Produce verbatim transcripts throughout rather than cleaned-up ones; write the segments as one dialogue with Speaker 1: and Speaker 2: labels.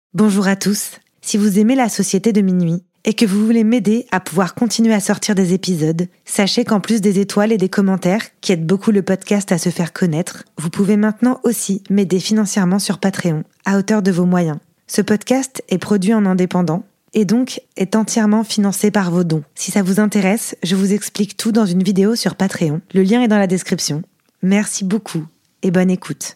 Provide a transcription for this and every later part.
Speaker 1: Bonjour à tous. Si vous aimez La Société de Minuit et que vous voulez m'aider à pouvoir continuer à sortir des épisodes, sachez qu'en plus des étoiles et des commentaires qui aident beaucoup le podcast à se faire connaître, vous pouvez maintenant aussi m'aider financièrement sur Patreon, à hauteur de vos moyens. Ce podcast est produit en indépendant et donc est entièrement financé par vos dons. Si ça vous intéresse, je vous explique tout dans une vidéo sur Patreon. Le lien est dans la description. Merci beaucoup et bonne écoute.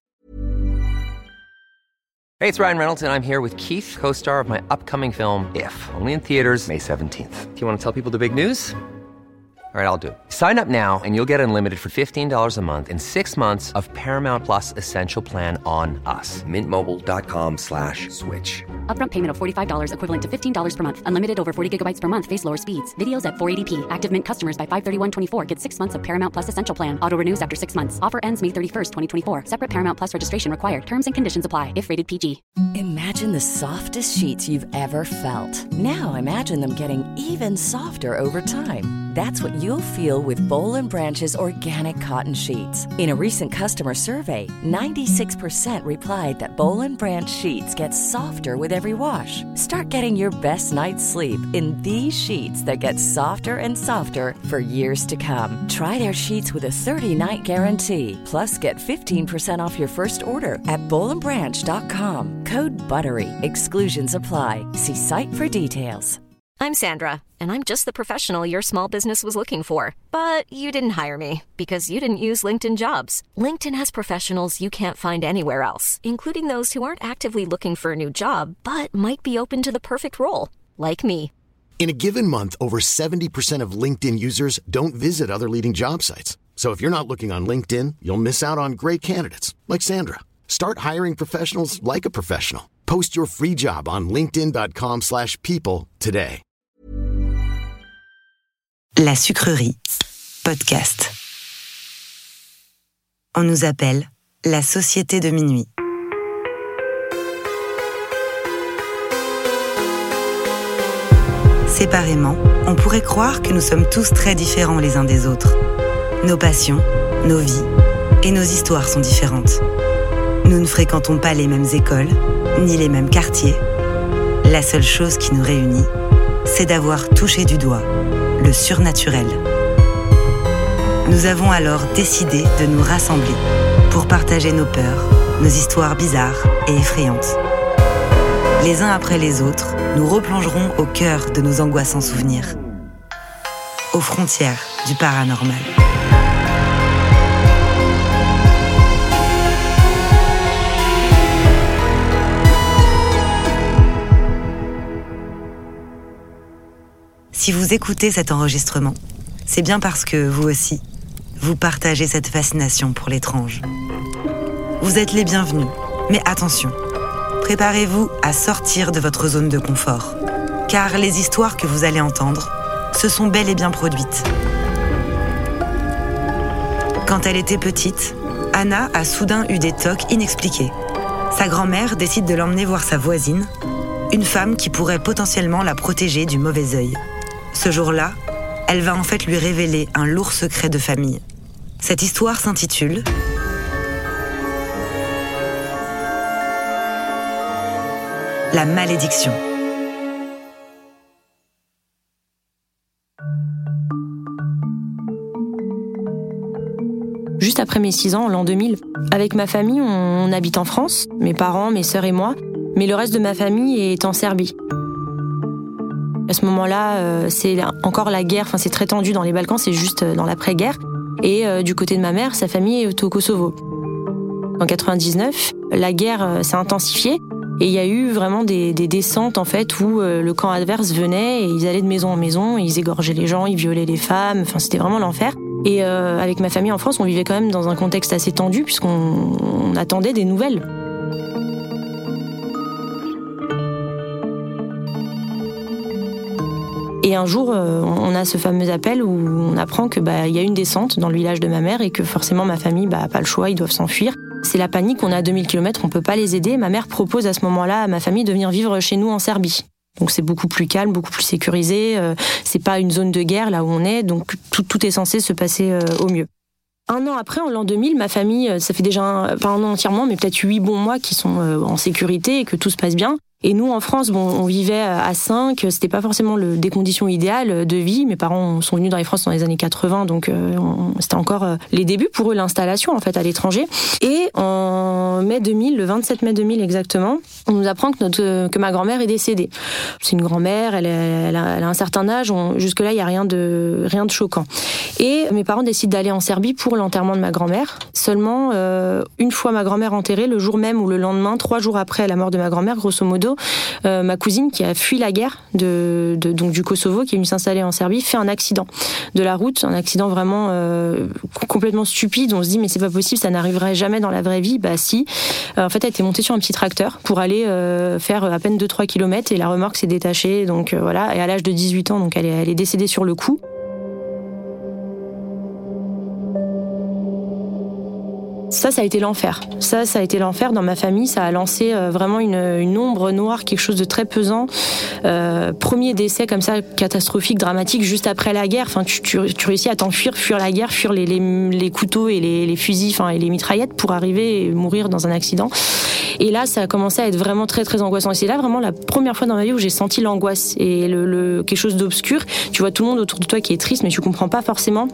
Speaker 2: Hey, it's Ryan Reynolds, and I'm here with Keith, co-star of my upcoming film, If, only in theaters May seventeenth. Do you want to tell people the big news? All right, I'll do it. Sign up now and you'll get unlimited for fifteen dollars a month and six months of Paramount Plus Essential Plan on us. Mint Mobile dot com slash switch.
Speaker 3: Upfront payment of forty-five dollars equivalent to fifteen dollars per month. Unlimited over forty gigabytes per month. Face lower speeds. Videos at four eighty p. Active Mint customers by five thirty-one twenty-four get six months of Paramount Plus Essential Plan. Auto renews after six months. Offer ends May thirty-first, twenty twenty-four. Separate Paramount Plus registration required. Terms and conditions apply if rated P G.
Speaker 4: Imagine the softest sheets you've ever felt. Now imagine them getting even softer over time. That's what you'll feel with Boll and Branch's organic cotton sheets. In a recent customer survey, ninety-six percent replied that Boll and Branch sheets get softer with every wash. Start getting your best night's sleep in these sheets that get softer and softer for years to come. Try their sheets with a thirty-night guarantee. Plus, get fifteen percent off your first order at boll and branch dot com. Code BUTTERY. Exclusions apply. See site for details.
Speaker 5: I'm Sandra, and I'm just the professional your small business was looking for. But you didn't hire me because you didn't use LinkedIn Jobs. LinkedIn has professionals you can't find anywhere else, including those who aren't actively looking for a new job, but might be open to the perfect role, like me.
Speaker 6: In a given month, over seventy percent of LinkedIn users don't visit other leading job sites. So if you're not looking on LinkedIn, you'll miss out on great candidates like Sandra. Start hiring professionals like a professional. Post your free job on linkedin dot com slash people today.
Speaker 1: La Sucrerie, podcast. On nous appelle La Société de Minuit. Séparément, on pourrait croire que nous sommes tous très différents les uns des autres. Nos passions, nos vies et nos histoires sont différentes. Nous ne fréquentons pas les mêmes écoles, ni les mêmes quartiers. La seule chose qui nous réunit, c'est d'avoir touché du doigt le surnaturel. Nous avons alors décidé de nous rassembler pour partager nos peurs, nos histoires bizarres et effrayantes. Les uns après les autres, nous replongerons au cœur de nos angoissants souvenirs, aux frontières du paranormal. Si vous écoutez cet enregistrement, c'est bien parce que, vous aussi, vous partagez cette fascination pour l'étrange. Vous êtes les bienvenus, mais attention, préparez-vous à sortir de votre zone de confort, car les histoires que vous allez entendre se sont bel et bien produites. Quand elle était petite, Anna a soudain eu des tocs inexpliqués. Sa grand-mère décide de l'emmener voir sa voisine, une femme qui pourrait potentiellement la protéger du mauvais œil. Ce jour-là, elle va en fait lui révéler un lourd secret de famille. Cette histoire s'intitule La malédiction.
Speaker 7: Juste après mes six ans, en l'an deux mille, avec ma famille, on habite en France, mes parents, mes sœurs et moi, mais le reste de ma famille est en Serbie. À ce moment-là, euh, c'est encore la guerre, enfin c'est très tendu dans les Balkans, c'est juste dans l'après-guerre. Et euh, du côté de ma mère, sa famille est au Kosovo. En quatre-vingt-dix-neuf, la guerre euh, s'est intensifiée et il y a eu vraiment des, des descentes en fait où euh, le camp adverse venait et ils allaient de maison en maison, ils égorgeaient les gens, ils violaient les femmes, enfin c'était vraiment l'enfer. Et euh, avec ma famille en France, on vivait quand même dans un contexte assez tendu puisqu'on on attendait des nouvelles. Et un jour, euh, on a ce fameux appel où on apprend que bah il y a une descente dans le village de ma mère et que forcément ma famille bah a pas le choix, ils doivent s'enfuir. C'est la panique, on est à deux mille kilomètres, on peut pas les aider. Ma mère propose à ce moment-là à ma famille de venir vivre chez nous en Serbie. Donc c'est beaucoup plus calme, beaucoup plus sécurisé, euh, c'est pas une zone de guerre là où on est, donc tout, tout est censé se passer euh, au mieux. Un an après, en l'an deux mille, ma famille, ça fait déjà, un, pas un an entièrement, mais peut-être huit bons mois qui sont en sécurité et que tout se passe bien. Et nous, en France, bon, on vivait à cinq, c'était pas forcément le, des conditions idéales de vie. Mes parents sont venus dans les France dans les années quatre-vingts, donc euh, on, c'était encore euh, les débuts pour eux, l'installation en fait à l'étranger. Et en mai deux mille, le vingt-sept mai deux mille exactement, on nous apprend que, notre, que ma grand-mère est décédée. C'est une grand-mère, elle, elle, a, elle a un certain âge, on, jusque-là, il n'y a rien de, rien de choquant. Et mes parents décident d'aller en Serbie pour l'enterrement de ma grand-mère. Seulement, euh, une fois ma grand-mère enterrée, le jour même ou le lendemain, trois jours après la mort de ma grand-mère, grosso modo, Euh, ma cousine qui a fui la guerre de, de, donc du Kosovo, qui est venue s'installer en Serbie, fait un accident de la route, un accident vraiment euh, complètement stupide. On se dit mais c'est pas possible, ça n'arriverait jamais dans la vraie vie. Bah si. Euh, en fait, elle était montée sur un petit tracteur pour aller euh, faire à peine deux trois kilomètres et la remorque s'est détachée. Donc euh, voilà. Et à l'âge de dix-huit ans, donc elle est, elle est décédée sur le coup. Ça, ça a été l'enfer. Ça, ça a été l'enfer dans ma famille. Ça a lancé euh, vraiment une, une ombre noire, quelque chose de très pesant. Euh, premier décès comme ça, catastrophique, dramatique, juste après la guerre. Enfin, tu, tu, tu réussis à t'enfuir, fuir la guerre, fuir les, les, les couteaux et les, les fusils, enfin, et les mitraillettes pour arriver et mourir dans un accident. Et là, ça a commencé à être vraiment très, très angoissant. Et c'est là vraiment la première fois dans ma vie où j'ai senti l'angoisse et le, le, quelque chose d'obscur. Tu vois tout le monde autour de toi qui est triste, mais tu comprends pas forcément.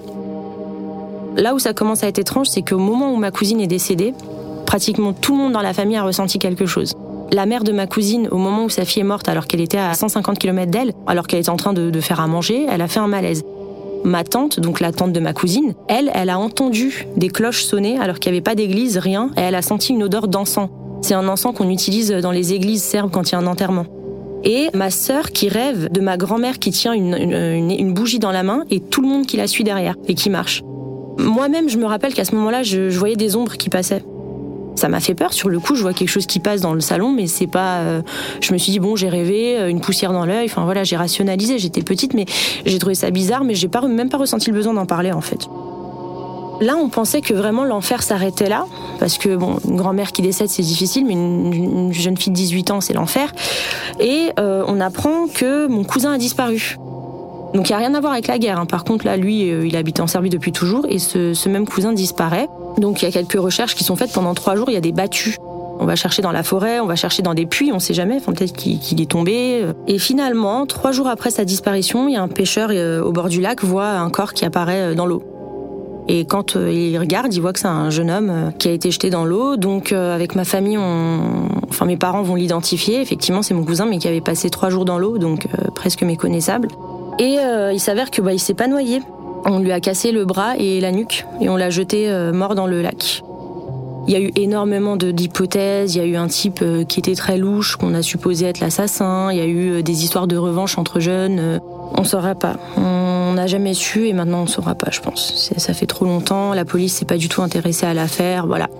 Speaker 7: Là où ça commence à être étrange, c'est qu'au moment où ma cousine est décédée, pratiquement tout le monde dans la famille a ressenti quelque chose. La mère de ma cousine, au moment où sa fille est morte, alors qu'elle était à cent cinquante kilomètres d'elle, alors qu'elle était en train de, de faire à manger, elle a fait un malaise. Ma tante, donc la tante de ma cousine, elle, elle a entendu des cloches sonner alors qu'il n'y avait pas d'église, rien, et elle a senti une odeur d'encens. C'est un encens qu'on utilise dans les églises serbes quand il y a un enterrement. Et ma sœur qui rêve de ma grand-mère qui tient une, une, une, une bougie dans la main et tout le monde qui la suit derrière et qui marche. Moi-même, je me rappelle qu'à ce moment-là, je, je voyais des ombres qui passaient. Ça m'a fait peur. Sur le coup, je vois quelque chose qui passe dans le salon, mais c'est pas. Euh, je me suis dit bon, j'ai rêvé, une poussière dans l'œil. Enfin voilà, j'ai rationalisé. J'étais petite, mais j'ai trouvé ça bizarre, mais j'ai pas même pas ressenti le besoin d'en parler en fait. Là, on pensait que vraiment l'enfer s'arrêtait là, parce que bon, une grand-mère qui décède, c'est difficile, mais une, une jeune fille de dix-huit ans, c'est l'enfer. Et euh, on apprend que mon cousin a disparu. Donc il n'y a rien à voir avec la guerre. Hein. Par contre, là, lui, euh, il habitait en Serbie depuis toujours et ce, ce même cousin disparaît. Donc il y a quelques recherches qui sont faites pendant trois jours. Il y a des battues. On va chercher dans la forêt, on va chercher dans des puits, on ne sait jamais. Enfin, peut-être qu'il, qu'il est tombé. Et finalement, trois jours après sa disparition, il y a un pêcheur euh, au bord du lac voit un corps qui apparaît dans l'eau. Et quand euh, il regarde, il voit que c'est un jeune homme euh, qui a été jeté dans l'eau. Donc euh, avec ma famille, on... enfin mes parents vont l'identifier. Effectivement, c'est mon cousin, mais qui avait passé trois jours dans l'eau, donc euh, presque méconnaissable. Et euh, il s'avère que bah il s'est pas noyé. On lui a cassé le bras et la nuque et on l'a jeté euh, mort dans le lac. Il y a eu énormément de, d'hypothèses. Il y a eu un type euh, qui était très louche qu'on a supposé être l'assassin. Il y a eu euh, des histoires de revanche entre jeunes. Euh, on saura pas. On n'a jamais su et maintenant on saura pas, je pense. C'est, ça fait trop longtemps. La police s'est pas du tout intéressée à l'affaire. Voilà.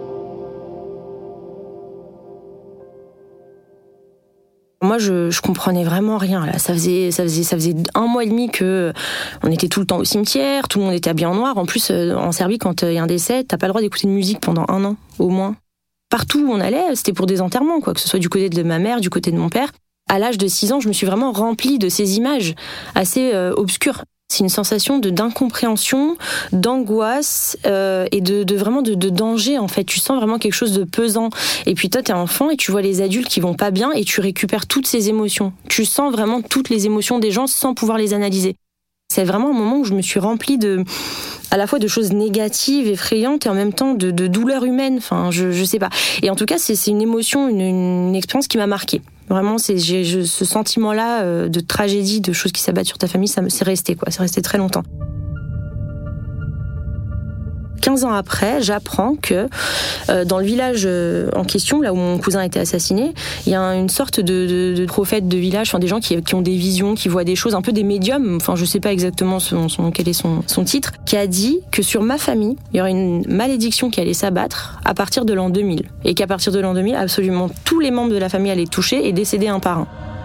Speaker 7: Moi, je, je comprenais vraiment rien. Là, ça faisait, ça faisait, ça faisait un mois et demi que on était tout le temps au cimetière, tout le monde était habillé en noir. En plus, en Serbie, quand il y a un décès, t'as pas le droit d'écouter de musique pendant un an, au moins. Partout où on allait, c'était pour des enterrements, quoi, que ce soit du côté de ma mère, du côté de mon père. À l'âge de six ans, je me suis vraiment remplie de ces images assez euh, obscures. C'est une sensation de d'incompréhension, d'angoisse euh, et de, de vraiment de, de danger en fait. Tu sens vraiment quelque chose de pesant. Et puis toi, t'es enfant et tu vois les adultes qui vont pas bien et tu récupères toutes ces émotions. Tu sens vraiment toutes les émotions des gens sans pouvoir les analyser. C'est vraiment un moment où je me suis remplie de, à la fois de choses négatives, effrayantes et en même temps de, de douleurs humaines. Enfin, je, je sais pas. Et en tout cas, c'est, c'est une émotion, une, une expérience qui m'a marquée. Vraiment, c'est, j'ai, je, ce sentiment-là euh, de tragédie, de choses qui s'abattent sur ta famille, ça me, c'est resté, quoi. C'est resté très longtemps. quinze ans après, j'apprends que euh, dans le village euh, en question, là où mon cousin a été assassiné, il y a une sorte de, de, de prophète de village, enfin des gens qui, qui ont des visions, qui voient des choses, un peu des médiums, enfin je sais pas exactement son, son, quel est son, son titre, qui a dit que sur ma famille, il y aurait une malédiction qui allait s'abattre à partir de l'an deux mille. Et qu'à partir de l'an deux mille, absolument tous les membres de la famille allaient toucher et décéder un par un.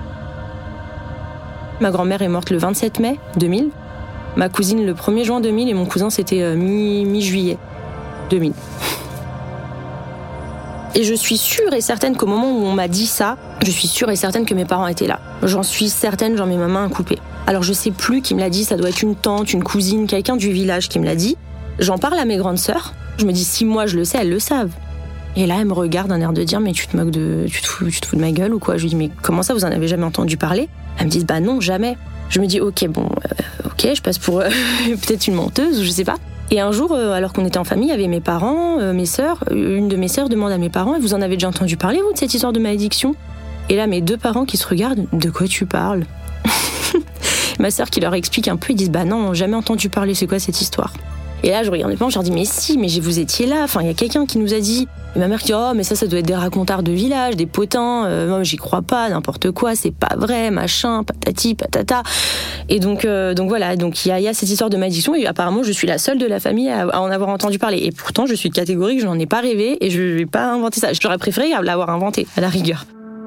Speaker 7: Ma grand-mère est morte le vingt-sept mai deux mille. Ma cousine le premier juin deux mille et mon cousin c'était euh, mi, mi-juillet deux mille. Et je suis sûre et certaine qu'au moment où on m'a dit ça, je suis sûre et certaine que mes parents étaient là. J'en suis certaine, j'en mets ma main à couper. Alors je sais plus qui me l'a dit, ça doit être une tante, une cousine, quelqu'un du village qui me l'a dit. J'en parle à mes grandes sœurs. Je me dis, si moi je le sais, elles le savent. Et là, elles me regardent d'un air de dire, mais tu te moques de, tu te fous, tu te fous de ma gueule ou quoi? Je lui dis, mais comment ça, vous en avez jamais entendu parler? Elles me disent, bah non, jamais. Je me dis, ok, bon, euh, ok, je passe pour euh, peut-être une menteuse ou je sais pas. Et un jour, euh, alors qu'on était en famille, il y avait mes parents, euh, mes sœurs. Une de mes sœurs demande à mes parents, vous en avez déjà entendu parler, vous, de cette histoire de malédiction? Et là, mes deux parents qui se regardent, de quoi tu parles? Ma sœur qui leur explique un peu, ils disent, bah non, jamais entendu parler, c'est quoi cette histoire? Et là, je regarde mes parents, je leur dis, mais si, mais vous étiez là, enfin, il y a quelqu'un qui nous a dit. Et ma mère qui dit, oh, mais ça, ça doit être des racontards de village, des potins, euh, moi, j'y crois pas, n'importe quoi, c'est pas vrai, machin, patati, patata. Et donc, euh, donc voilà, donc il y a, y a cette histoire de malédiction, et apparemment, je suis la seule de la famille à, à en avoir entendu parler. Et pourtant, je suis catégorique, je n'en ai pas rêvé, et je vais pas inventer ça. J'aurais préféré l'avoir inventé, à la rigueur.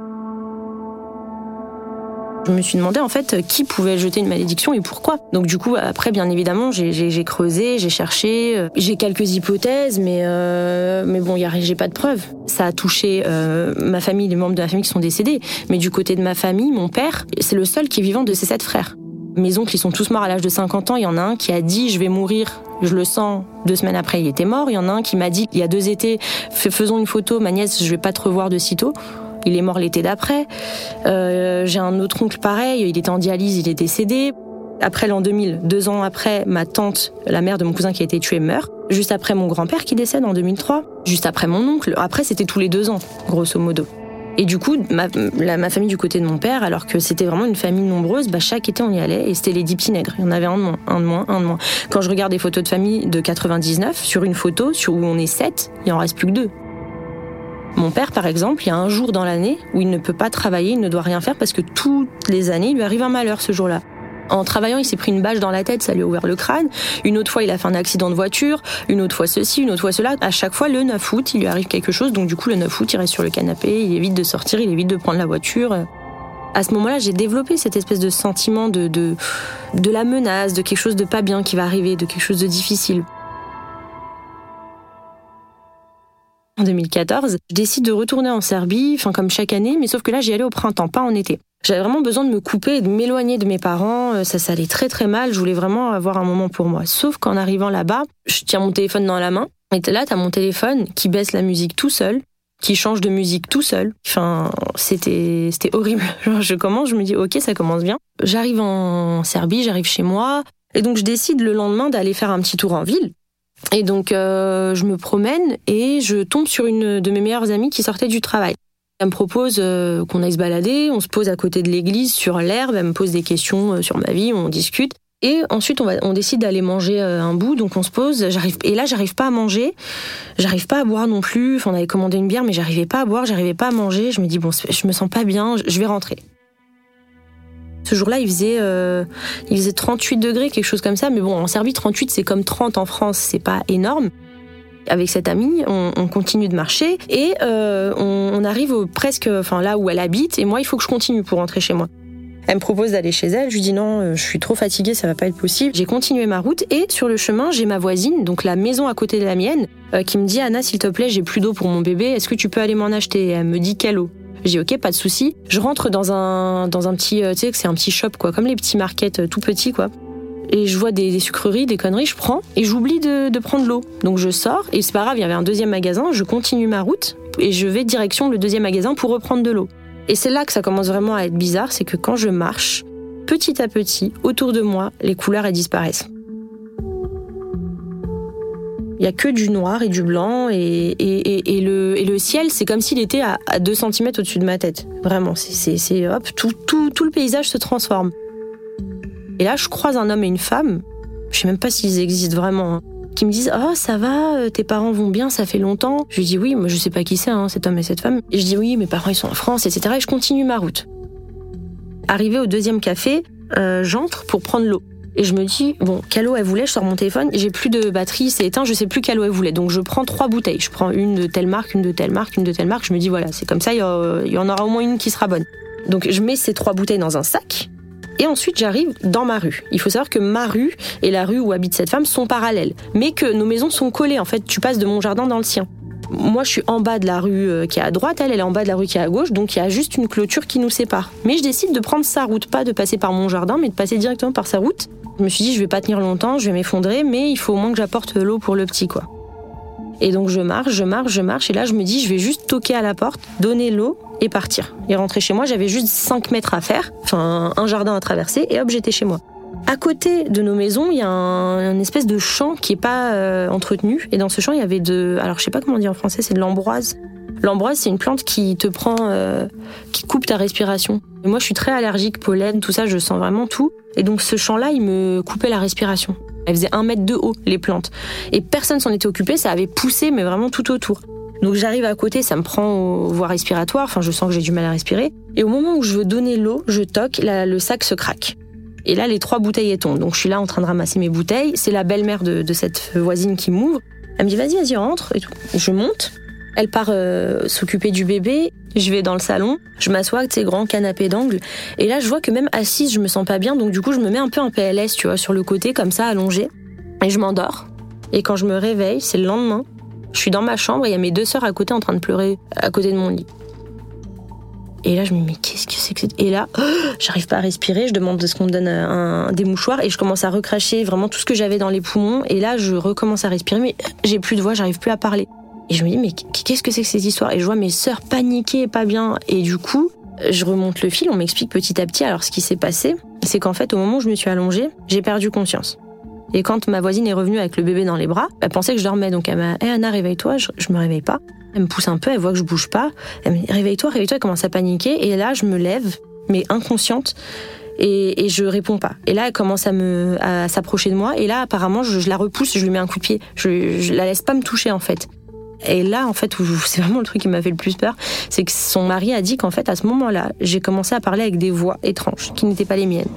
Speaker 7: Je me suis demandé en fait qui pouvait jeter une malédiction et pourquoi. Donc du coup après bien évidemment j'ai, j'ai, j'ai creusé, j'ai cherché, j'ai quelques hypothèses mais euh, mais bon y a, j'ai pas de preuves. Ça a touché euh, ma famille, les membres de ma famille qui sont décédés, mais du côté de ma famille, mon père, c'est le seul qui est vivant de ses sept frères. Mes oncles ils sont tous morts à l'âge de cinquante ans. Il y en a un qui a dit je vais mourir, je le sens. Deux semaines après il était mort. Il y en a un qui m'a dit il y a deux étés faisons une photo, ma nièce je vais pas te revoir de sitôt. Il est mort l'été d'après. Euh, j'ai un autre oncle pareil, il était en dialyse, il est décédé. Après l'an deux mille, deux ans après, ma tante, la mère de mon cousin qui a été tué, meurt. Juste après mon grand-père qui décède en deux mille trois. Juste après mon oncle. Après, c'était tous les deux ans, grosso modo. Et du coup, ma, la, ma famille du côté de mon père, alors que c'était vraiment une famille nombreuse, bah chaque été on y allait et c'était les dix petits nègres. Il y en avait un de moins, un de moins, un de moins. Quand je regarde des photos de famille de quatre-vingt-dix-neuf, sur une photo, sur où on est sept, il en reste plus que deux. Mon père, par exemple, il y a un jour dans l'année où il ne peut pas travailler, il ne doit rien faire parce que toutes les années, il lui arrive un malheur ce jour-là. En travaillant, il s'est pris une bâche dans la tête, ça lui a ouvert le crâne. Une autre fois, il a fait un accident de voiture. Une autre fois ceci, une autre fois cela. À chaque fois, le neuf août, il lui arrive quelque chose. Donc du coup, le neuf août, il reste sur le canapé, il évite de sortir, il évite de prendre la voiture. À ce moment-là, j'ai développé cette espèce de sentiment de, de, de la menace, de quelque chose de pas bien qui va arriver, de quelque chose de difficile. En deux mille quatorze, je décide de retourner en Serbie, enfin comme chaque année, mais sauf que là j'y allais au printemps, pas en été. J'avais vraiment besoin de me couper et de m'éloigner de mes parents, ça, ça allait très très mal, je voulais vraiment avoir un moment pour moi. Sauf qu'en arrivant là-bas, je tiens mon téléphone dans la main, et là t'as mon téléphone qui baisse la musique tout seul, qui change de musique tout seul. Enfin, c'était, c'était horrible. Genre, je commence, je me dis ok, ça commence bien. J'arrive en Serbie, j'arrive chez moi, et donc je décide le lendemain d'aller faire un petit tour en ville. Et donc, euh, je me promène et je tombe sur une de mes meilleures amies qui sortait du travail. Elle me propose euh, qu'on aille se balader, on se pose à côté de l'église sur l'herbe, elle me pose des questions euh, sur ma vie, on discute. Et ensuite, on, va, on décide d'aller manger euh, un bout, donc on se pose. J'arrive, et là, j'arrive pas à manger, j'arrive pas à boire non plus. Enfin, on avait commandé une bière, mais j'arrivais pas à boire, j'arrivais pas à manger. Je me dis, bon, je me sens pas bien, je vais rentrer. Ce jour-là, il faisait, euh, il faisait trente-huit degrés, quelque chose comme ça. Mais bon, en Serbie, trente-huit, c'est comme trente en France, c'est pas énorme. Avec cette amie, on, on continue de marcher et euh, on, on arrive au, presque enfin, là où elle habite. Et moi, il faut que je continue pour rentrer chez moi. Elle me propose d'aller chez elle. Je lui dis non, je suis trop fatiguée, ça va pas être possible. J'ai continué ma route et sur le chemin, j'ai ma voisine, donc la maison à côté de la mienne, euh, qui me dit « Anna, s'il te plaît, j'ai plus d'eau pour mon bébé. Est-ce que tu peux aller m'en acheter ?» Elle me dit « Quelle eau ?» Je dis ok, pas de souci. Je rentre dans un dans un petit, tu sais que c'est un petit shop quoi, comme les petits markets tout petits quoi. Et je vois des, des sucreries, des conneries, je prends et j'oublie de, de prendre l'eau. Donc je sors et c'est pas grave, il y avait un deuxième magasin. Je continue ma route et je vais direction le deuxième magasin pour reprendre de l'eau. Et c'est là que ça commence vraiment à être bizarre, c'est que quand je marche, petit à petit, autour de moi, les couleurs elles disparaissent. Il y a que du noir et du blanc et, et, et, et, le, et le ciel, c'est comme s'il était à, à deux centimètres au-dessus de ma tête. Vraiment, c'est, c'est, c'est hop, tout, tout, tout le paysage se transforme. Et là, je croise un homme et une femme, je sais même pas s'ils existent vraiment, hein, qui me disent « Oh, ça va, tes parents vont bien, ça fait longtemps ?» Je lui dis « Oui, moi je sais pas qui c'est, hein, cet homme et cette femme. » Et je dis « Oui, mes parents ils sont en France, et cetera » Et je continue ma route. Arrivé au deuxième café, euh, j'entre pour prendre l'eau. Et je me dis, bon, quelle eau elle voulait, je sors mon téléphone, j'ai plus de batterie, c'est éteint, je sais plus quelle eau elle voulait. Donc je prends trois bouteilles. Je prends une de telle marque, une de telle marque, une de telle marque. Je me dis, voilà, c'est comme ça, il y, y en aura au moins une qui sera bonne. Donc je mets ces trois bouteilles dans un sac. Et ensuite, j'arrive dans ma rue. Il faut savoir que ma rue et la rue où habite cette femme sont parallèles. Mais que nos maisons sont collées. En fait, tu passes de mon jardin dans le sien. Moi, je suis en bas de la rue qui est à droite, elle, elle est en bas de la rue qui est à gauche, donc il y a juste une clôture qui nous sépare. Mais je décide de prendre sa route, pas de passer par mon jardin, mais de passer directement par sa route. Je me suis dit, je vais pas tenir longtemps, je vais m'effondrer, mais il faut au moins que j'apporte l'eau pour le petit, quoi. Et donc je marche, je marche, je marche, et là je me dis, je vais juste toquer à la porte, donner l'eau et partir. Et rentrer chez moi, j'avais juste cinq mètres à faire, enfin un jardin à traverser, et hop, j'étais chez moi. À côté de nos maisons, il y a un, une espèce de champ qui est pas euh, entretenu, et dans ce champ, il y avait de, alors je sais pas comment on dit en français, c'est de l'ambroise. L'ambroise, c'est une plante qui te prend, euh, qui coupe ta respiration. Et moi, je suis très allergique, pollen, tout ça, je sens vraiment tout. Et donc, ce champ-là, il me coupait la respiration. Elle faisait un mètre de haut, les plantes. Et personne s'en était occupé, ça avait poussé, mais vraiment tout autour. Donc, j'arrive à côté, ça me prend aux voies respiratoires, enfin, je sens que j'ai du mal à respirer. Et au moment où je veux donner l'eau, je toque, la, le sac se craque. Et là, les trois bouteilles tombent. Donc, je suis là en train de ramasser mes bouteilles. C'est la belle-mère de, de cette voisine qui m'ouvre. Elle me dit, vas-y, vas-y, rentre, et tout. Et je monte. Elle part euh, s'occuper du bébé, je vais dans le salon, je m'assois avec ces grands canapés d'angle, et là je vois que même assise je me sens pas bien, donc du coup je me mets un peu en P L S, tu vois, sur le côté comme ça, allongée, et je m'endors. Et quand je me réveille, c'est le lendemain, je suis dans ma chambre et il y a mes deux sœurs à côté en train de pleurer à côté de mon lit. Et là je me dis mais qu'est-ce que c'est que c'est... Et là, oh, j'arrive pas à respirer, je demande de ce qu'on me donne un, des mouchoirs et je commence à recracher vraiment tout ce que j'avais dans les poumons, et là je recommence à respirer, mais j'ai plus de voix, j'arrive plus à parler. Et je me dis, mais qu'est-ce que c'est que cette histoire ? Et je vois mes sœurs paniquer, pas bien. Et du coup, je remonte le fil, on m'explique petit à petit. Alors, ce qui s'est passé, c'est qu'en fait, au moment où je me suis allongée, j'ai perdu conscience. Et quand ma voisine est revenue avec le bébé dans les bras, elle pensait que je dormais. Donc, elle m'a dit, hey, Anna, réveille-toi. Je, je me réveille pas. Elle me pousse un peu, elle voit que je bouge pas. Elle me dit, réveille-toi, réveille-toi. Elle commence à paniquer. Et là, je me lève, mais inconsciente. Et, et je réponds pas. Et là, elle commence à me, à s'approcher de moi. Et là, apparemment, je, je la repousse, je lui mets un coup de pied. Je, je la laisse pas me toucher, en fait. Et là, en fait, où c'est vraiment le truc qui m'a fait le plus peur, c'est que son mari a dit qu'en fait, à ce moment-là, j'ai commencé à parler avec des voix étranges, qui n'étaient pas les miennes.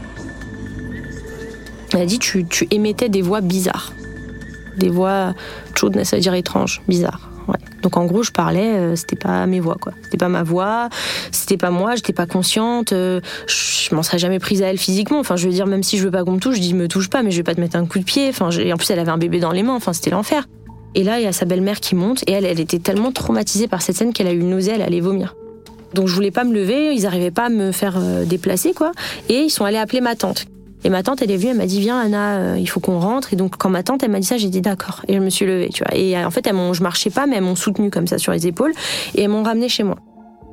Speaker 7: Elle a dit, tu, tu émettais des voix bizarres. Des voix chaudes, ça veut dire étranges, bizarres. Ouais. Donc en gros, je parlais, euh, c'était pas mes voix, quoi. C'était pas ma voix, c'était pas moi, j'étais pas consciente, euh, je m'en serais jamais prise à elle physiquement. Enfin, je veux dire, même si je veux pas qu'on me touche, je dis, me touche pas, mais je vais pas te mettre un coup de pied. Enfin, j'ai... En plus, elle avait un bébé dans les mains, enfin, c'était l'enfer. Et là, il y a sa belle-mère qui monte, et elle, elle était tellement traumatisée par cette scène qu'elle a eu une nausée, elle allait vomir. Donc je voulais pas me lever, ils arrivaient pas à me faire euh, déplacer, quoi. Et ils sont allés appeler ma tante. Et ma tante, elle est venue, elle m'a dit, viens Anna, euh, il faut qu'on rentre. Et donc quand ma tante, elle m'a dit ça, j'ai dit d'accord. Et je me suis levée, tu vois. Et en fait, elles m'ont, je marchais pas, mais elles m'ont soutenue comme ça sur les épaules, et elles m'ont ramenée chez moi.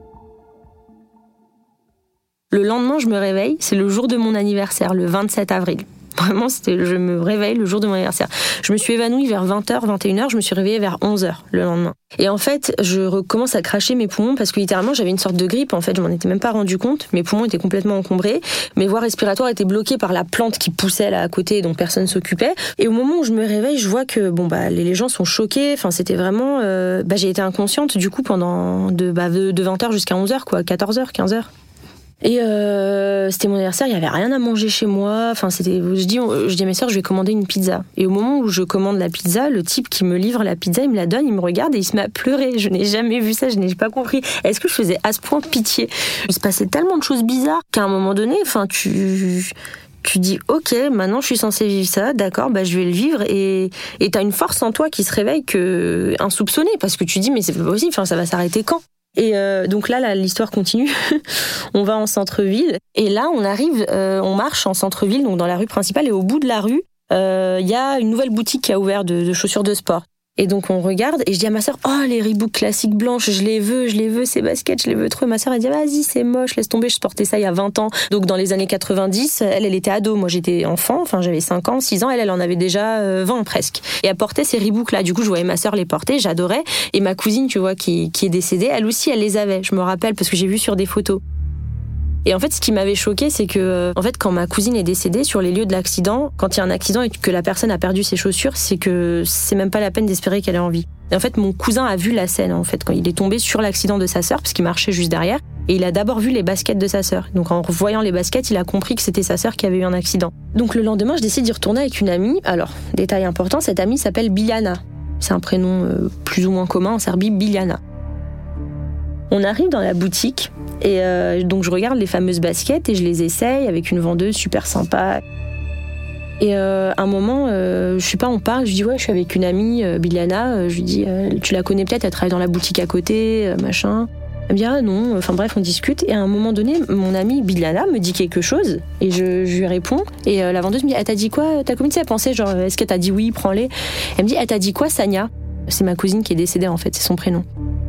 Speaker 7: Le lendemain, je me réveille, c'est le jour de mon anniversaire, le vingt-sept avril. Vraiment, c'était, je me réveille le jour de mon anniversaire. Je me suis évanouie vers vingt heures, vingt et une heures, je me suis réveillée vers onze heures le lendemain. Et en fait, je recommence à cracher mes poumons parce que littéralement, j'avais une sorte de grippe. En fait, je m'en étais même pas rendu compte. Mes poumons étaient complètement encombrés. Mes voies respiratoires étaient bloquées par la plante qui poussait là à côté, dont personne s'occupait. Et au moment où je me réveille, je vois que bon bah les gens sont choqués. Enfin, c'était vraiment, euh, bah j'ai été inconsciente du coup pendant de bah de vingt heures jusqu'à onze heures, quoi, quatorze heures, quinze heures. Et euh, c'était mon anniversaire, il y avait rien à manger chez moi. Enfin, c'était, je dis, je dis à mes sœurs, je vais commander une pizza. Et au moment où je commande la pizza, le type qui me livre la pizza, il me la donne, il me regarde et il se met à pleurer. Je n'ai jamais vu ça, je n'ai pas compris. Est-ce que je faisais à ce point pitié ? Il se passait tellement de choses bizarres qu'à un moment donné, enfin, tu tu dis ok, maintenant je suis censée vivre ça, d'accord, bah je vais le vivre, et et t'as une force en toi qui se réveille que insoupçonnée, parce que tu dis mais c'est pas possible, enfin ça va s'arrêter quand ? Et euh, donc là, là, l'histoire continue. On va en centre-ville. Et là, on arrive, euh, on marche en centre-ville, donc dans la rue principale. Et au bout de la rue, il euh, y a une nouvelle boutique qui a ouvert de, de chaussures de sport. Et donc on regarde, et je dis à ma sœur, oh les Reebok classiques blanches, je les veux, je les veux, ces baskets, je les veux trop. Et ma sœur elle dit, vas-y c'est moche, laisse tomber, je portais ça il y a vingt ans. Donc dans les années quatre-vingt-dix, elle, elle était ado, moi j'étais enfant, enfin j'avais cinq ans, six ans, elle, elle en avait déjà vingt presque. Et elle portait ces Reebok là, du coup je voyais ma sœur les porter, j'adorais. Et ma cousine, tu vois, qui, qui est décédée, elle aussi elle les avait, je me rappelle, parce que j'ai vu sur des photos. Et en fait, ce qui m'avait choqué, c'est que, en fait, quand ma cousine est décédée, sur les lieux de l'accident, quand il y a un accident et que la personne a perdu ses chaussures, c'est que c'est même pas la peine d'espérer qu'elle ait en vie. Et en fait, mon cousin a vu la scène, en fait, quand il est tombé sur l'accident de sa sœur, parce qu'il marchait juste derrière, et il a d'abord vu les baskets de sa sœur. Donc, en voyant les baskets, il a compris que c'était sa sœur qui avait eu un accident. Donc, le lendemain, je décide d'y retourner avec une amie. Alors, détail important, cette amie s'appelle Biljana. C'est un prénom euh, plus ou moins commun en Serbie, Biljana. On arrive dans la boutique et euh, donc je regarde les fameuses baskets et je les essaye avec une vendeuse super sympa. Et euh, à un moment, euh, je sais pas, on parle, je dis ouais, je suis avec une amie, euh, Biljana. Je lui dis, euh, tu la connais peut-être, elle travaille dans la boutique à côté, euh, machin. Elle me dit ah non, enfin bref, on discute. Et à un moment donné, mon amie Bilala me dit quelque chose et je, je lui réponds. Et euh, la vendeuse me dit elle t'a dit quoi? Ta combien elle pensait genre est-ce qu'elle t'a dit oui, prends-les? Elle me dit elle t'a dit quoi, Sania? C'est ma cousine qui est décédée en fait, c'est son prénom.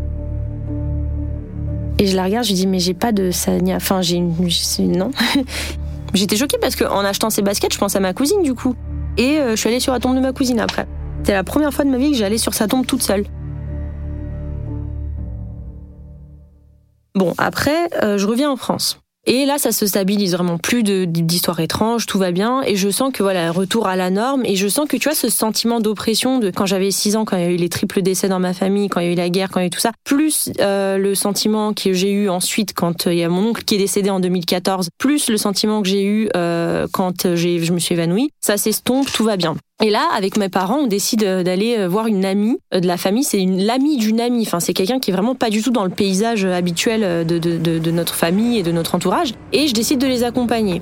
Speaker 7: Et je la regarde, je lui dis mais j'ai pas de Sania, enfin j'ai une, non. J'étais choquée parce qu'en achetant ces baskets, je pense à ma cousine du coup. Et euh, je suis allée sur la tombe de ma cousine après. C'était la première fois de ma vie que j'allais sur sa tombe toute seule. Bon, après, euh, je reviens en France. Et là, ça se stabilise vraiment, plus de, d'histoires étranges, tout va bien. Et je sens que voilà, retour à la norme. Et je sens que tu vois ce sentiment d'oppression de quand j'avais six ans, quand il y a eu les triples décès dans ma famille, quand il y a eu la guerre, quand il y a eu tout ça, plus euh, le sentiment que j'ai eu ensuite quand il y a mon oncle qui est décédé en deux mille quatorze, plus le sentiment que j'ai eu euh, quand j'ai, je me suis évanouie, ça s'estompe, tout va bien. Et là, avec mes parents, on décide d'aller voir une amie de la famille. C'est une, l'amie d'une amie. Enfin, c'est quelqu'un qui est vraiment pas du tout dans le paysage habituel de, de, de, de notre famille et de notre entourage. Et je décide de les accompagner.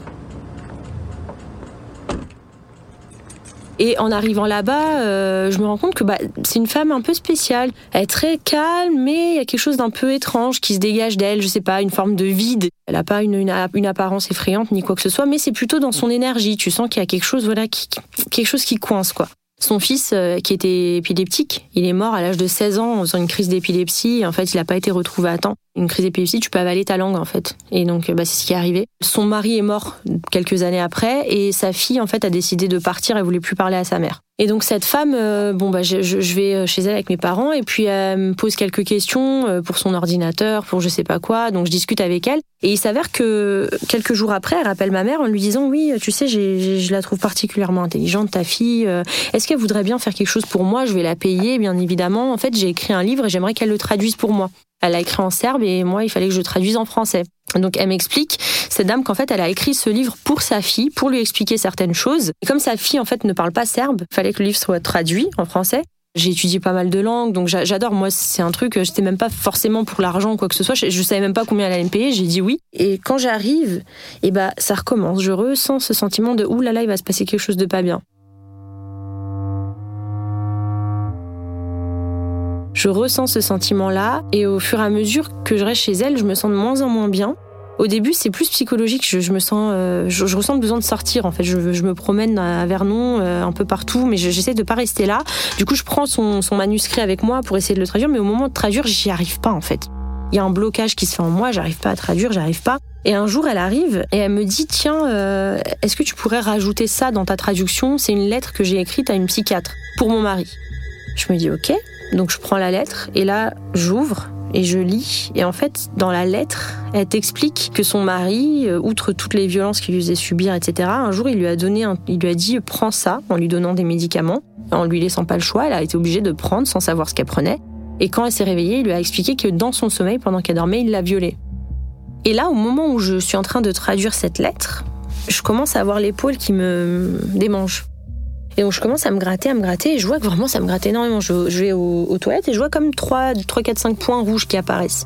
Speaker 7: Et en arrivant là-bas, euh, je me rends compte que bah, c'est une femme un peu spéciale. Elle est très calme, mais il y a quelque chose d'un peu étrange qui se dégage d'elle. Je sais pas, une forme de vide. Elle a pas une, une, une apparence effrayante ni quoi que ce soit, mais c'est plutôt dans son énergie. Tu sens qu'il y a quelque chose, voilà, qui, quelque chose qui coince, quoi. Son fils, euh, qui était épileptique, il est mort à l'âge de seize ans en faisant une crise d'épilepsie. Et en fait, il n'a pas été retrouvé à temps. Une crise d'épilepsie, tu peux avaler ta langue, en fait. Et donc, bah, c'est ce qui est arrivé. Son mari est mort quelques années après, et sa fille, en fait, a décidé de partir. Elle voulait plus parler à sa mère. Et donc, cette femme, euh, bon, bah, je, je vais chez elle avec mes parents, et puis elle me pose quelques questions pour son ordinateur, pour je sais pas quoi. Donc, je discute avec elle. Et il s'avère que quelques jours après, elle rappelle ma mère en lui disant, oui, tu sais, j'ai, j'ai, je la trouve particulièrement intelligente, ta fille. Est-ce qu'elle voudrait bien faire quelque chose pour moi? Je vais la payer, bien évidemment. En fait, j'ai écrit un livre et j'aimerais qu'elle le traduise pour moi. Elle l'a écrit en serbe et moi, il fallait que je traduise en français. Donc, elle m'explique, cette dame, qu'en fait, elle a écrit ce livre pour sa fille, pour lui expliquer certaines choses. Et comme sa fille, en fait, ne parle pas serbe, il fallait que le livre soit traduit en français. J'ai étudié pas mal de langues, donc j'adore. Moi, c'est un truc, j'étais même pas forcément pour l'argent ou quoi que ce soit. Je, je savais même pas combien elle allait me payer, j'ai dit oui. Et quand j'arrive, et bah, ça recommence. Je ressens ce sentiment de, ouh là là, il va se passer quelque chose de pas bien. Je ressens ce sentiment-là, et au fur et à mesure que je reste chez elle, je me sens de moins en moins bien. Au début, c'est plus psychologique. Je, je me sens, euh, je, je ressens le besoin de sortir. En fait, je, je me promène à Vernon, euh, un peu partout, mais je, j'essaie de pas rester là. Du coup, je prends son, son manuscrit avec moi pour essayer de le traduire, mais au moment de traduire, j'y arrive pas en fait. Il y a un blocage qui se fait en moi. J'arrive pas à traduire, j'arrive pas. Et un jour, elle arrive et elle me dit, tiens, euh, est-ce que tu pourrais rajouter ça dans ta traduction? C'est une lettre que j'ai écrite à une psychiatre pour mon mari. Je me dis, ok. Donc je prends la lettre et là, j'ouvre et je lis. Et en fait, dans la lettre, elle t'explique que son mari, outre toutes les violences qu'il lui faisait subir, et cetera, un jour, il lui a donné, un, il lui a dit, prends ça, en lui donnant des médicaments. En lui laissant pas le choix, elle a été obligée de prendre sans savoir ce qu'elle prenait. Et quand elle s'est réveillée, il lui a expliqué que dans son sommeil, pendant qu'elle dormait, il l'a violée. Et là, au moment où je suis en train de traduire cette lettre, je commence à avoir l'épaule qui me démange. Et donc je commence à me gratter, à me gratter, et je vois que vraiment ça me gratte énormément. Je, je vais aux, aux toilettes et je vois comme trois, quatre, cinq points rouges qui apparaissent.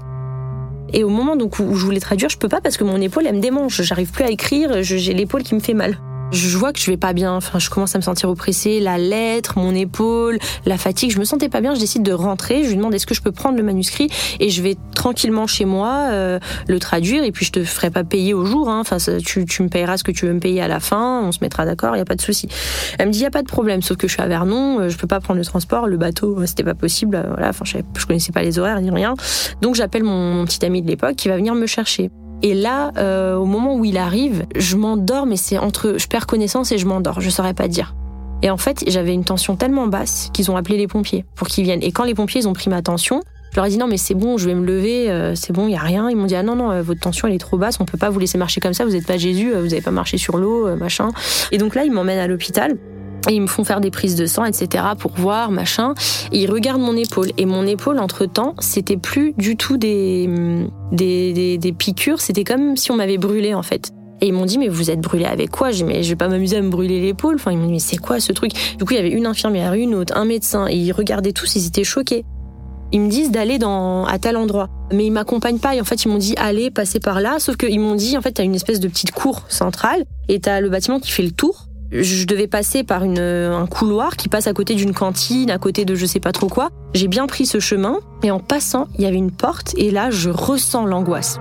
Speaker 7: Et au moment donc où je voulais traduire, je peux pas parce que mon épaule, elle me démange. J'arrive plus à écrire, je, j'ai l'épaule qui me fait mal. Je vois que je vais pas bien, enfin, je commence à me sentir oppressée, la lettre, mon épaule, la fatigue, je me sentais pas bien, je décide de rentrer, je lui demande est-ce que je peux prendre le manuscrit et je vais tranquillement chez moi euh, le traduire et puis je te ferai pas payer au jour, hein. Enfin, ça, tu, tu me payeras ce que tu veux me payer à la fin, on se mettra d'accord, y a pas de souci. Elle me dit y a pas de problème, sauf que je suis à Vernon, euh, je peux pas prendre le transport, le bateau, c'était pas possible, euh, voilà, enfin, je, je connaissais pas les horaires ni rien, donc j'appelle mon, mon petit ami de l'époque qui va venir me chercher. Et là, euh, au moment où il arrive, je m'endors, mais c'est entre, je perds connaissance et je m'endors, je saurais pas dire. Et en fait, j'avais une tension tellement basse qu'ils ont appelé les pompiers pour qu'ils viennent. Et quand les pompiers ils ont pris ma tension, je leur ai dit non mais c'est bon, je vais me lever, euh, c'est bon, il y a rien. Ils m'ont dit ah non non, euh, votre tension elle est trop basse, on peut pas vous laisser marcher comme ça, vous êtes pas Jésus, euh, vous avez pas marché sur l'eau, euh, machin. Et donc là, ils m'emmènent à l'hôpital. Et ils me font faire des prises de sang, et cetera pour voir, machin. Et ils regardent mon épaule. Et mon épaule, entre-temps, c'était plus du tout des, des, des, des piqûres. C'était comme si on m'avait brûlé, en fait. Et ils m'ont dit, mais vous êtes brûlé avec quoi? J'ai dit, mais je vais pas m'amuser à me brûler l'épaule. Enfin, ils m'ont dit, mais c'est quoi ce truc? Du coup, il y avait une infirmière, une autre, un médecin. Et ils regardaient tous, ils étaient choqués. Ils me disent d'aller dans, à tel endroit. Mais ils m'accompagnent pas. Et en fait, ils m'ont dit, allez, passez par là. Sauf qu'ils m'ont dit, en fait, t'as une espèce de petite cour centrale. Et t'as le bâtiment qui fait le tour. Je devais passer par une, un couloir qui passe à côté d'une cantine, à côté de je sais pas trop quoi. J'ai bien pris ce chemin et en passant, il y avait une porte et là, je ressens l'angoisse.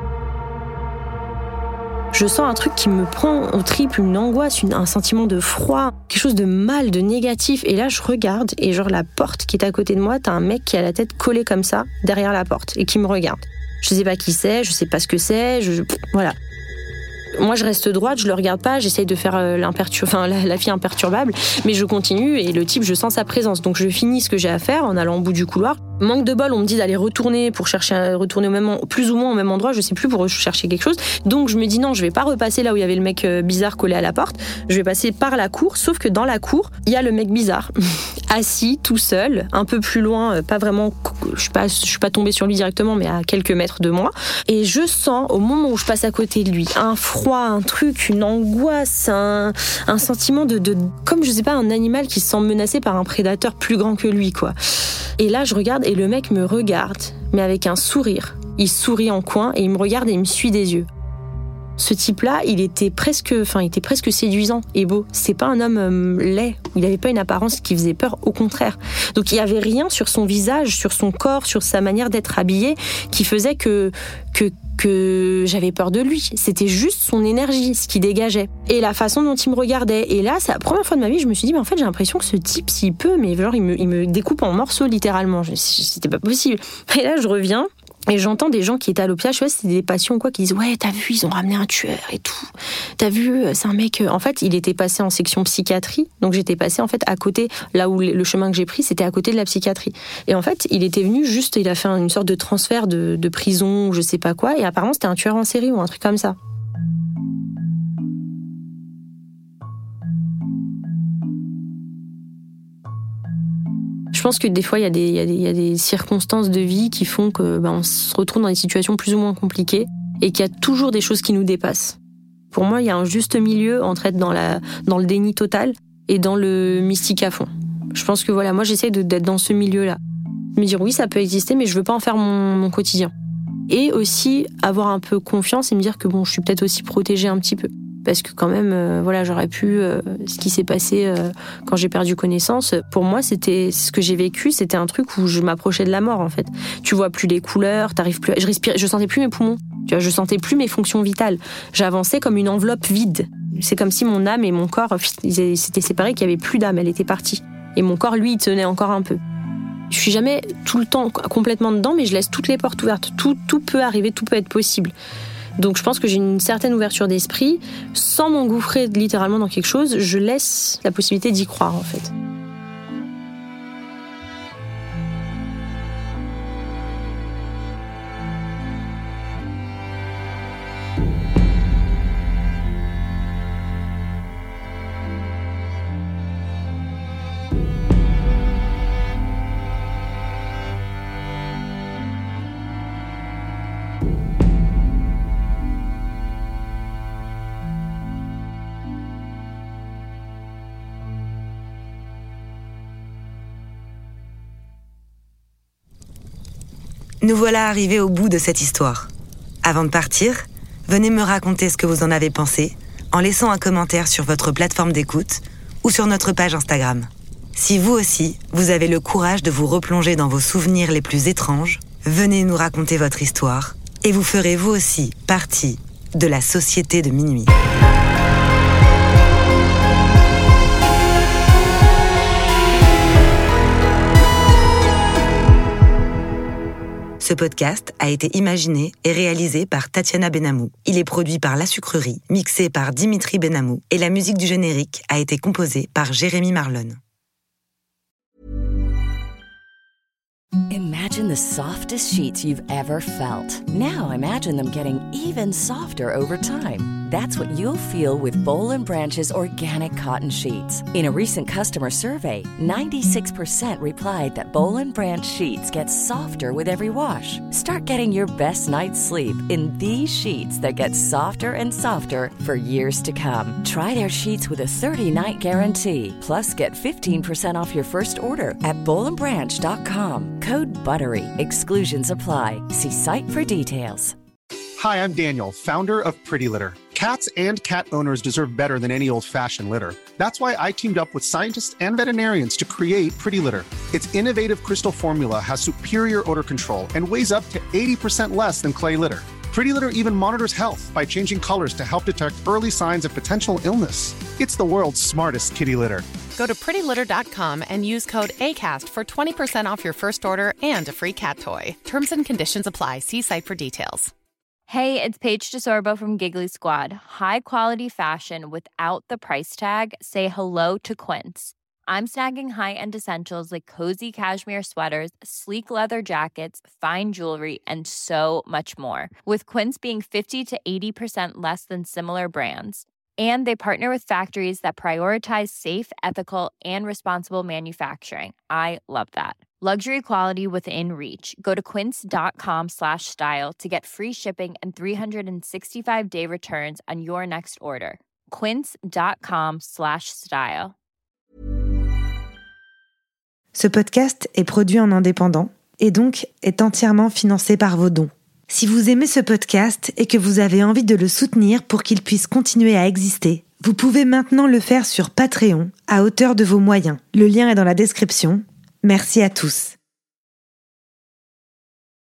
Speaker 7: Je sens un truc qui me prend aux tripes, une angoisse, une, un sentiment de froid, quelque chose de mal, de négatif. Et là, je regarde et genre la porte qui est à côté de moi, t'as un mec qui a la tête collée comme ça derrière la porte et qui me regarde. Je sais pas qui c'est, je sais pas ce que c'est, je, je voilà. Moi, je reste droite, je le regarde pas, j'essaye de faire euh, l'impertur... enfin, la, la fille imperturbable, mais je continue et le type, je sens sa présence. Donc, je finis ce que j'ai à faire en allant au bout du couloir. Manque de bol, on me dit d'aller retourner pour chercher à retourner au même, plus ou moins au même endroit, je sais plus, pour chercher quelque chose. Donc, je me dis non, je vais pas repasser là où il y avait le mec bizarre collé à la porte. Je vais passer par la cour, sauf que dans la cour, il y a le mec bizarre, assis, tout seul, un peu plus loin, pas vraiment, je suis pas, je suis pas tombée sur lui directement, mais à quelques mètres de moi. Et je sens, au moment où je passe à côté de lui, un froid, un truc, une angoisse, un, un sentiment de, de, comme je sais pas, un animal qui se sent menacé par un prédateur plus grand que lui, quoi. Et là, je regarde et le mec me regarde, mais avec un sourire. Il sourit en coin et il me regarde et il me suit des yeux. Ce type-là, il était presque, enfin, il était presque séduisant et beau. C'est pas un homme euh, laid. Il avait pas une apparence qui faisait peur, au contraire. Donc il y avait rien sur son visage, sur son corps, sur sa manière d'être habillé, qui faisait que que que j'avais peur de lui. C'était juste son énergie, ce qui dégageait. Et la façon dont il me regardait. Et là, c'est la première fois de ma vie, je me suis dit, mais en fait, j'ai l'impression que ce type, s'il peut, mais genre, il me, il me découpe en morceaux, littéralement. C'était pas possible. Et là, je reviens. Et j'entends des gens qui étaient à l'hôpital, je sais pas si c'était des patients ou quoi, qui disent « Ouais, t'as vu, ils ont ramené un tueur et tout. T'as vu, c'est un mec... » En fait, il était passé en section psychiatrie, donc j'étais passée en fait à côté, là où le chemin que j'ai pris, c'était à côté de la psychiatrie. Et en fait, il était venu juste, il a fait une sorte de transfert de, de prison ou je sais pas quoi, et apparemment c'était un tueur en série ou un truc comme ça. Je pense que des fois, il y a des, il y a des, il y a des circonstances de vie qui font que ben, on se retrouve dans des situations plus ou moins compliquées et qu'il y a toujours des choses qui nous dépassent. Pour moi, il y a un juste milieu entre être dans, la, dans le déni total et dans le mystique à fond. Je pense que voilà, moi, j'essaie de, d'être dans ce milieu-là. Me dire oui, ça peut exister, mais je veux pas en faire mon, mon quotidien. Et aussi avoir un peu confiance et me dire que bon, je suis peut-être aussi protégée un petit peu. Parce que quand même, euh, voilà, j'aurais pu... Euh, ce qui s'est passé euh, quand j'ai perdu connaissance, pour moi, c'était ce que j'ai vécu, c'était un truc où je m'approchais de la mort, en fait. Tu vois plus les couleurs, t'arrives plus... À, je respirais, je sentais plus mes poumons, tu vois, je sentais plus mes fonctions vitales. J'avançais comme une enveloppe vide. C'est comme si mon âme et mon corps, ils s'étaient séparés, qu'il y avait plus d'âme, elle était partie. Et mon corps, lui, il tenait encore un peu. Je suis jamais tout le temps complètement dedans, mais je laisse toutes les portes ouvertes. Tout, tout peut arriver, tout peut être possible. Donc je pense que j'ai une certaine ouverture d'esprit. Sans m'engouffrer littéralement dans quelque chose, je laisse la possibilité d'y croire, en fait.
Speaker 1: Nous voilà arrivés au bout de cette histoire. Avant de partir, venez me raconter ce que vous en avez pensé en laissant un commentaire sur votre plateforme d'écoute ou sur notre page Instagram. Si vous aussi, vous avez le courage de vous replonger dans vos souvenirs les plus étranges, venez nous raconter votre histoire et vous ferez vous aussi partie de la Société de Minuit. Ce podcast a été imaginé et réalisé par Tatiana Benamou. Il est produit par La Sucrerie, mixé par Dimitri Benamou et la musique du générique a été composée par Jérémy Marlon.
Speaker 4: Imagine the softest sheets you've ever felt. Now imagine them getting even softer over time. That's what you'll feel with Boll and Branch's organic cotton sheets. In a recent customer survey, ninety-six percent replied that Boll and Branch sheets get softer with every wash. Start getting your best night's sleep in these sheets that get softer and softer for years to come. Try their sheets with a thirty-night guarantee. Plus, get fifteen percent off your first order at boll and branch dot com. Code BUTTERY. Exclusions apply. See site for details.
Speaker 8: Hi, I'm Daniel, founder of Pretty Litter. Cats and cat owners deserve better than any old-fashioned litter. That's why I teamed up with scientists and veterinarians to create Pretty Litter. Its innovative crystal formula has superior odor control and weighs up to eighty percent less than clay litter. Pretty Litter even monitors health by changing colors to help detect early signs of potential illness. It's the world's smartest kitty litter.
Speaker 9: Go to pretty litter dot com and use code ACAST for twenty percent off your first order and a free cat toy. Terms and conditions apply. See site for details.
Speaker 10: Hey, it's Paige DeSorbo from Giggly Squad. High quality fashion without the price tag. Say hello to Quince. I'm snagging high-end essentials like cozy cashmere sweaters, sleek leather jackets, fine jewelry, and so much more. With Quince being fifty to eighty percent less than similar brands. And they partner with factories that prioritize safe, ethical, and responsible manufacturing. I love that. Luxury quality within reach. Go to quince.com slash style to get free shipping and three sixty-five day returns on your next order. Quince.com slash style.
Speaker 1: Ce podcast est produit en indépendant et donc est entièrement financé par vos dons. Si vous aimez ce podcast et que vous avez envie de le soutenir pour qu'il puisse continuer à exister, vous pouvez maintenant le faire sur Patreon à hauteur de vos moyens. Le lien est dans la description. Merci à tous.